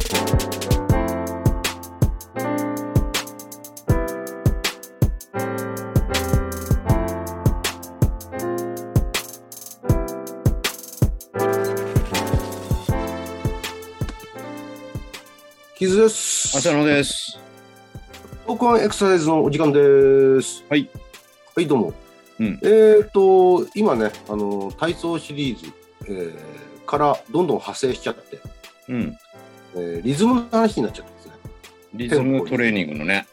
キズです。 浅野です。 トークエクササイズのお時間です。 はい。 はい、どうも。今ね、体操シリーズ、からどんどん派生しちゃって、リズムの話になっちゃったんですね。 リズムトレーニングのね。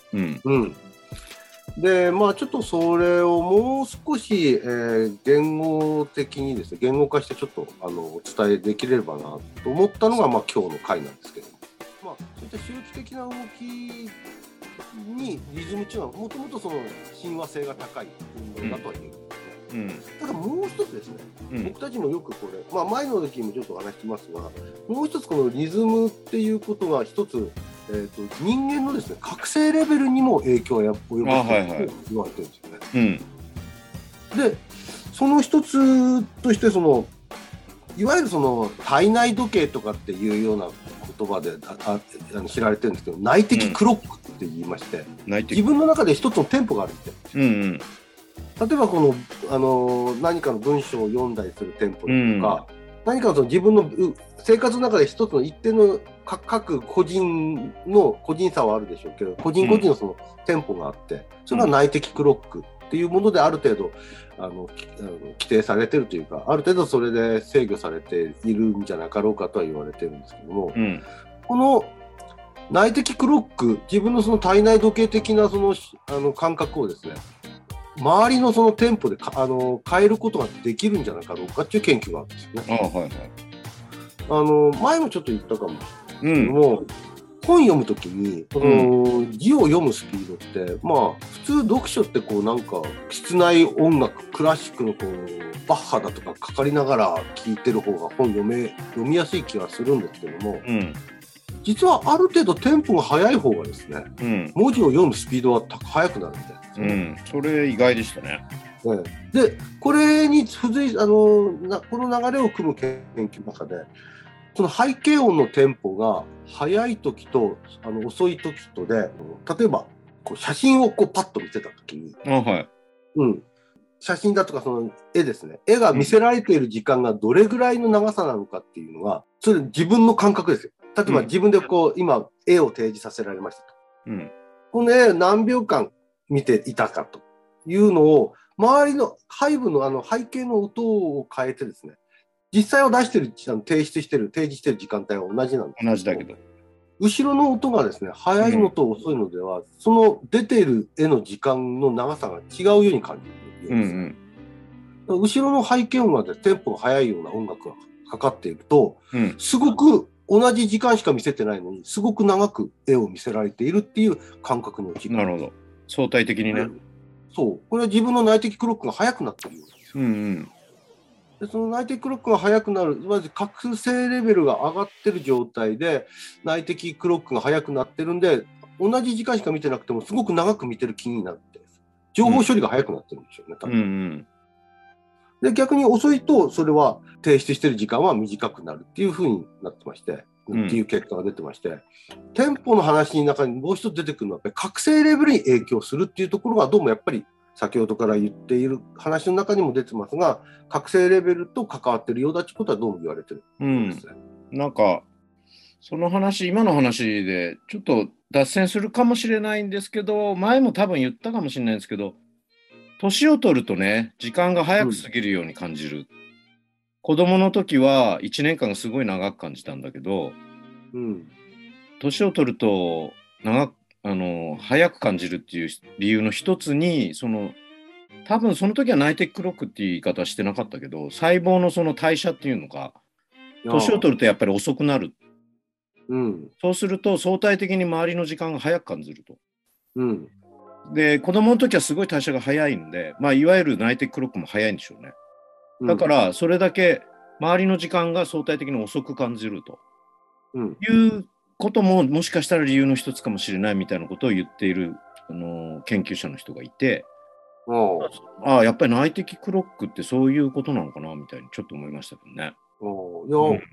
で、まあちょっとそれをもう少し、言語的にですね、言語化してちょっとお伝えできればなと思ったのが、まあ今日の回なんですけども。まあ、そういった周期的な動きにリズムっていうのはもともとその親和性が高い運動だとは言うんですね。ただもう一つですね、僕たちもよくこれ、まあ、前の時にもちょっとお話ししますが、もう一つこのリズムっていうことが一つ、人間のですね覚醒レベルにも影響を及ぼすと言われてるんですよね。でその一つとしていわゆるその体内時計とかっていうような言葉で知られてるんですけど、内的クロックって言いまして、自分の中で一つのテンポがあるって、例えばこの何かの文章を読んだりするテンポとか、何か自分の生活の中で一つの一定の各個人差はあるでしょうけど、個人個人のそのテンポがあって、それが内的クロックっていうものである程度規定されてるというか、ある程度それで制御されているんじゃなかろうかとは言われてるんですけども、この内的クロック、自分のその体内時計的な感覚をですね、周りのそのテンポで変えることができるんじゃなかろうかっていう研究があるんですよね。前もちょっと言ったかもしれないですけども、本読むときに字を読むスピードって、まあ普通読書ってこうなんか室内音楽、クラシックのこうバッハだとかかかりながら聞いてる方が本読みやすい気がするんですけども、実はある程度テンポが速い方がですね、文字を読むスピードは速くなるみたいですね。 それ意外でしたね。 でこれに付随この流れを組む研究の中で、その背景音のテンポが速い時と遅い時とで、例えばこう写真をこうパッと見せた時に、写真だとかその絵ですね、絵が見せられている時間がどれぐらいの長さなのかっていうのは、それ自分の感覚ですよ。例えば自分でこう今絵を提示させられましたと、この絵何秒間見ていたかというのを、周りの背部の背景の音を変えてですね、実際を出してる提示してる時間帯は同じなんですけど、 同じだけど後ろの音がですね、速いのと遅いのでは、その出ている絵の時間の長さが違うように感じるようです。後ろの背景音がテンポが速いような音楽がかかっていると、すごく同じ時間しか見せてないのに、すごく長く絵を見せられているっていう感覚に陥る。 なるほど。相対的にね。 そう。これは自分の内的クロックが速くなってるようですよ。でその内的クロックが速くなる、まず覚醒レベルが上がってる状態で内的クロックが速くなってるんで、同じ時間しか見てなくてもすごく長く見てる気になって、情報処理が速くなってるんでしょうね、多分。で逆に遅いと、それは提出してる時間は短くなるっていう風になってまして、っていう結果が出てまして、テンポの話の中にもう一つ出てくるのは、やっぱり覚醒レベルに影響するっていうところが、どうもやっぱり先ほどから言っている話の中にも出てますが、覚醒レベルと関わっているようだということはどうも言われてるんですね。 なんかその話、今の話でちょっと脱線するかもしれないんですけど、前も多分言ったかもしれないんですけど、年を取るとね、時間が早く過ぎるように感じる。子供の時は1年間がすごい長く感じたんだけど、年を取ると早く感じるっていう理由の一つに、多分その時は内的クロックっていう言い方はしてなかったけど、細胞のその代謝っていうのが年を取るとやっぱり遅くなる。そうすると相対的に周りの時間が早く感じると。で子供の時はすごい代謝が早いんで、いわゆる内的クロックも早いんでしょうね。だからそれだけ周りの時間が相対的に遅く感じると、いうことももしかしたら理由の一つかもしれないみたいなことを言っている研究者の人がいて、やっぱり内的クロックってそういうことなのかなみたいにちょっと思いましたけどね。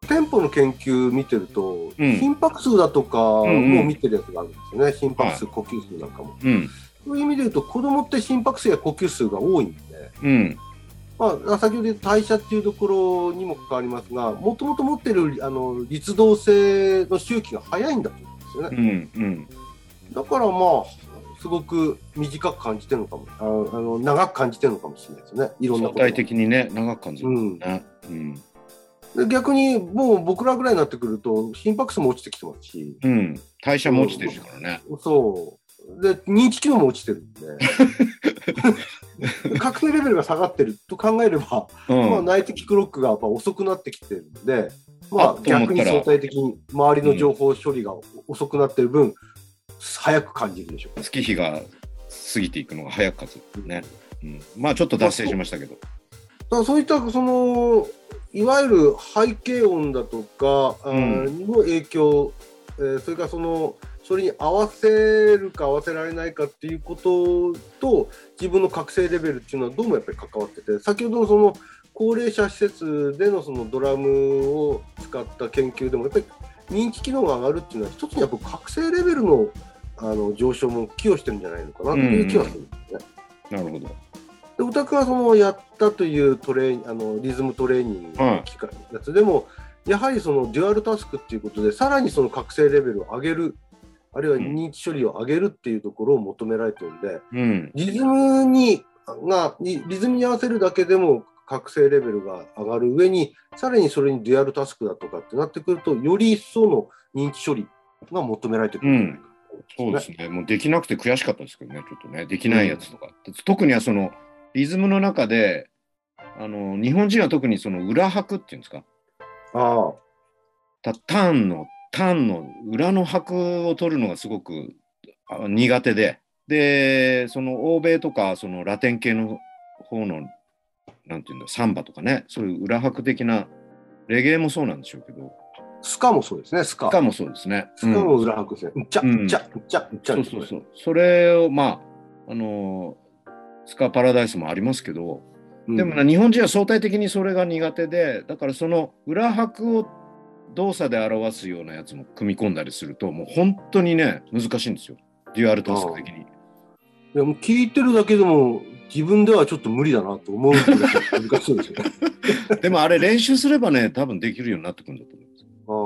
テンポの研究見てると、心拍数だとかも見てるやつがあるんですよね。心拍数、呼吸数なんかも。そういう意味で言うと、子供って心拍数や呼吸数が多いんで、先ほど言った代謝っていうところにも関わりますが、もともと持ってる律動性の周期が早いんだと思うんですよね。だからすごく短く感じてるのかも、長く感じてるのかもしれないですね。いろんなこと。 相対的にね、長く感じる、 で逆にもう僕らぐらいになってくると心拍数も落ちてきてますし、 代謝も落ちてるからね。 そうで認知機能も落ちてるんで覚醒レベルが下がってると考えれば、内的クロックがやっぱ遅くなってきてるんで、逆に相対的に周りの情報処理が遅くなってる分、早く感じるでしょう。 月日が過ぎていくのが早く感じるね。ちょっと脱線しましたけど。 そういったいわゆる背景音だとか、にも影響、それからそれに合わせるか合わせられないかっていうことと自分の覚醒レベルっていうのはどうもやっぱり関わってて、先ほどの高齢者施設でのドラムを使った研究でもやっぱり認知機能が上がるっていうのは一つにやっぱ覚醒レベルの上昇も寄与してるんじゃないのかなという気がするんですね。 なるほど。 でお宅がやったというリズムトレーニングのやつでも、やはりデュアルタスクっていうことでさらに覚醒レベルを上げる、あるいは認知処理を上げるっていうところを求められてるんで、リズムに合わせるだけでも覚醒レベルが上がる上に、さらにそれにデュアルタスクだとかってなってくると、より一層の認知処理が求められてくるんじゃないか。 そうですね。もうできなくて悔しかったですけどね、ちょっとね、できないやつとか。特にはリズムの中で、日本人は特に裏拍っていうんですか。ターンの裏の拍を取るのがすごく苦手で、欧米とかラテン系の方のなんていうんだ、サンバとかね、そういう裏拍的なレゲエもそうなんでしょうけど、 スカもそうですね。スカもそうですね。 スカも裏拍ですね。 そう。それをスカパラダイスもありますけど、でも日本人は相対的にそれが苦手で、だから裏拍を動作で表すようなやつも組み込んだりすると、もう本当にね難しいんですよ、デュアルタスク的に。 いやもう聞いてるだけでも自分ではちょっと無理だなと思うけど難しいですよね。 でもあれ練習すればね、多分できるようになってくるんだと思います。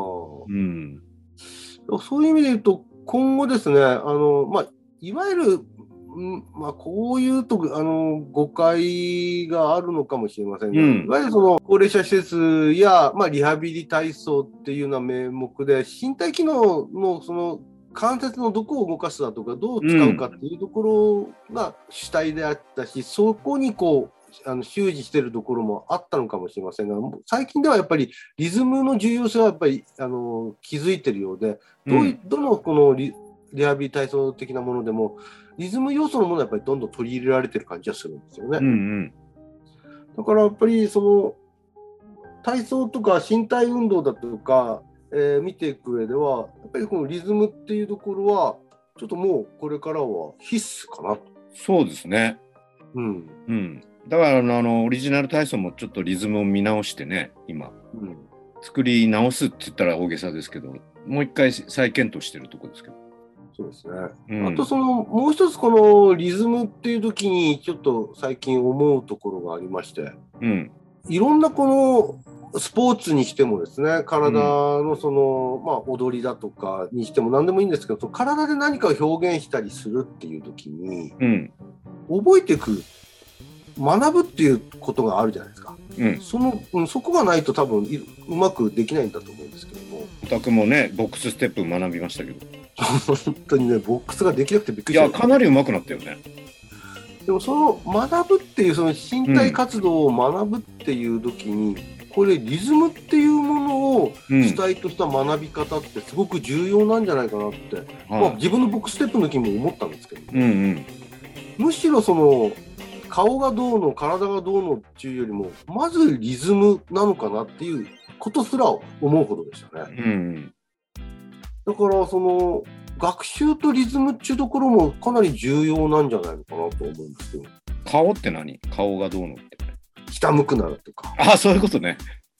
そういう意味で言うと今後ですね、いわゆるこういうと誤解があるのかもしれませんが、いわゆる高齢者施設や、リハビリ体操っていうような名目で身体機能の関節のどこを動かすだとかどう使うかっていうところが主体であったし、そこに習字してるところもあったのかもしれませんが、最近ではやっぱりリズムの重要性はやっぱり気づいてるようで、どのリハビリ体操的なものでもリズム要素のものはやっぱりどんどん取り入れられてる感じがするんですよね。だからやっぱり体操とか身体運動だとか、見ていく上ではやっぱりこのリズムっていうところはちょっともうこれからは必須かなと。 そうですね。だからオリジナル体操もちょっとリズムを見直してね、今、作り直すって言ったら大げさですけど、もう一回再検討してるところですけど。 そうですね。あともう一つこのリズムっていう時にちょっと最近思うところがありまして、いろんなこのスポーツにしてもですね、体の踊りだとかにしても何でもいいんですけど、体で何かを表現したりするっていう時に、覚えていく、学ぶっていうことがあるじゃないですか。そこがないと多分うまくできないんだと思うんですけども。 お宅もね、ボックスステップ学びましたけど。 本当にね、ボックスができなくてびっくりした。 いや、かなりうまくなったよね。 でも学ぶっていう身体活動を学ぶっていう時に、これリズムっていうものを主体とした学び方ってすごく重要なんじゃないかなって、自分のボックスステップの時も思ったんですけど、むしろ顔がどうの体がどうのっていうよりもまずリズムなのかなっていうことすら思うほどでしたね。だから学習とリズムっていうところもかなり重要なんじゃないのかなと思うんですけど。 顔って何？顔がどうのって。 下向くならとか。 そういうことね。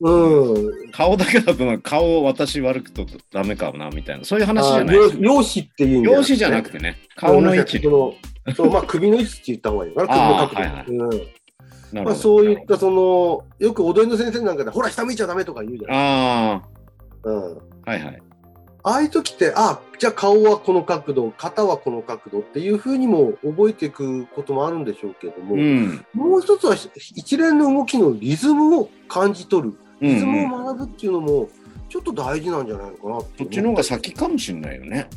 うん。 顔だけだと顔を私悪くとダメかなみたいな、そういう話じゃないです。 容姿っていう意味容姿じゃなくてね、顔の位置。 そう、まあ、首の位置って言った方がいいかな、首の角度。 はいはい。 まあ、そういったよく踊りの先生なんかで、ほら、下向いちゃダメとか言うじゃないですか。 はいはい。 ああいう時って、じゃあ顔はこの角度、肩はこの角度っていうふうにも覚えていくこともあるんでしょうけれども、もう一つは一連の動きのリズムを感じ取る、リズムを学ぶっていうのもちょっと大事なんじゃないのかなって。 そっちの方が先かもしれないよね。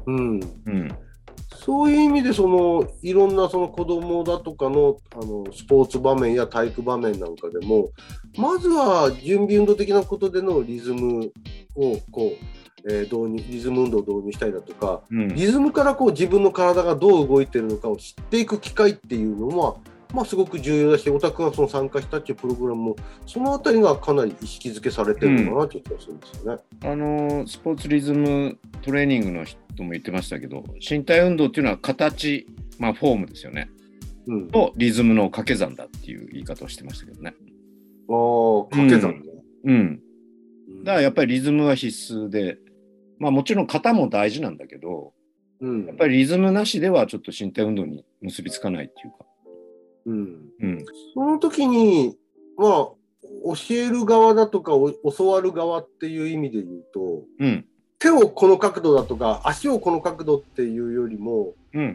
そういう意味でいろんな子供だとかの、スポーツ場面や体育場面なんかでも、まずは準備運動的なことでのリズムをリズム運動を導入したりだとか、リズムから自分の体がどう動いているのかを知っていく機会っていうのは、まあ、すごく重要だし、オタクが参加したっていうプログラムもそのあたりがかなり意識づけされてるのかなという気がするんですよね。 スポーツリズムトレーニングの人も言ってましたけど、身体運動っていうのは形、フォームですよね、とリズムの掛け算だっていう言い方をしてましたけどね。 掛け算ね。 だからやっぱりリズムは必須で、もちろん型も大事なんだけど、やっぱりリズムなしではちょっと身体運動に結びつかないっていうか。 その時に、教える側だとか教わる側っていう意味で言うと、手をこの角度だとか足をこの角度っていうよりも、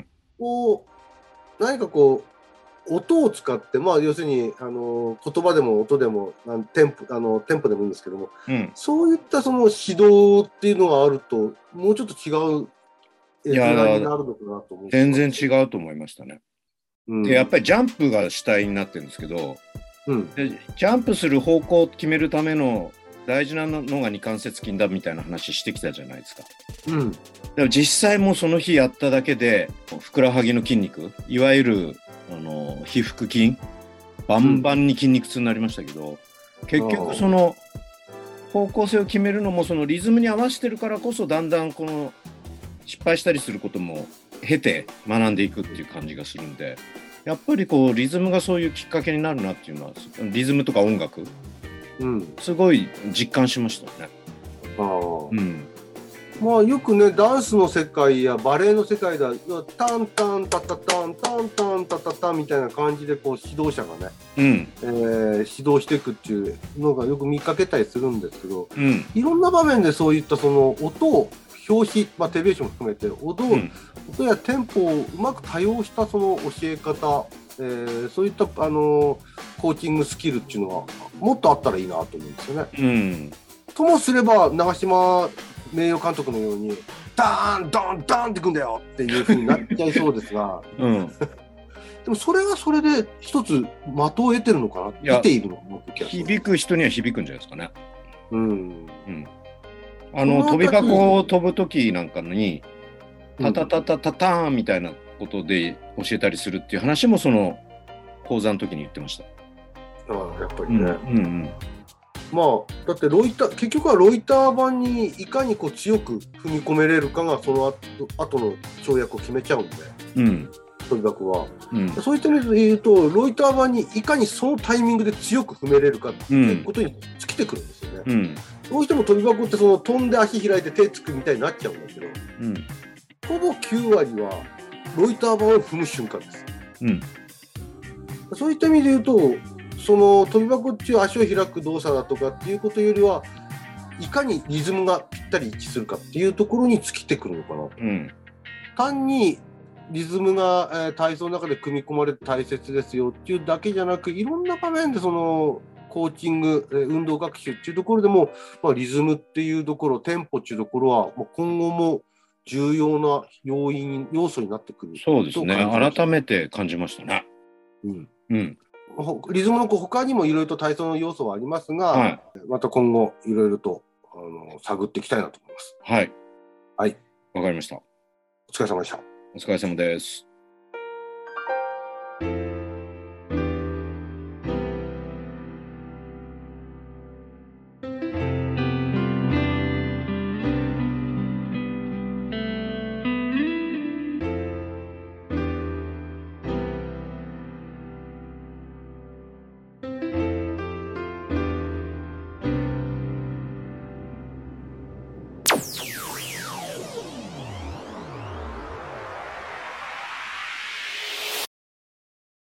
何か音を使って、要するに言葉でも音でもテンポでもいいんですけども、そういった指導っていうのがあるともうちょっと違う絵面になるのかなと思う。 全然違うと思いましたね。でやっぱりジャンプが主体になってるんですけど、でジャンプする方向を決めるための大事なのが二関節筋だみたいな話してきたじゃないですか。でも実際もうその日やっただけでふくらはぎの筋肉、いわゆる腓腹筋バンバンに筋肉痛になりましたけど、結局方向性を決めるのもリズムに合わせてるからこそ、だんだん失敗したりすることも経て学んでいくっていう感じがするんで、やっぱりリズムがそういうきっかけになるなっていうのは、リズムとか音楽、すごい実感しましたね。 よくね、ダンスの世界やバレエの世界ではタンタンタタタンタンタンタタタンみたいな感じで指導者がね、指導していくっていうのがよく見かけたりするんですけど、いろんな場面でそういった音を表紙、手拍子も含めて音やテンポをうまく多用した教え方、そういったコーチングスキルっていうのはもっとあったらいいなと思うんですよね。ともすれば長嶋名誉監督のようにダーンドンドンってくんだよっていう風になっちゃいそうですが、でもそれはそれで一つ的を得てるのかな、得ているのかなって気がする。 響く人には響くんじゃないですかね。飛び箱を飛ぶ時なんかにタタタタタターンみたいなことで教えたりするっていう話も講座の時に言ってました。 やっぱりね。だって結局はロイター板にいかに強く踏み込めれるかがその後の跳躍を決めちゃうんで、飛び箱は、そういった意味で言うとロイター板にいかにそのタイミングで強く踏めれるかっていうことに尽きてくるんですよね。どうしても飛び箱って飛んで足開いて手つくみたいになっちゃうんだけど、ほぼ9割はロイター板を踏む瞬間です。そういった意味で言うと飛び箱っていう足を開く動作だとかっていうことよりはいかにリズムがぴったり一致するかっていうところに尽きてくるのかなと。単にリズムが、体操の中で組み込まれて大切ですよっていうだけじゃなく、いろんな場面でコーチング、運動学習っていうところでも、リズムっていうところ、テンポっていうところは今後も重要な要素になってくる。 そうですね。改めて感じましたね。 リズムの他にもいろいろと体操の要素はありますが、また今後いろいろと探っていきたいなと思います。 わかりました。 お疲れ様でした。 お疲れ様です。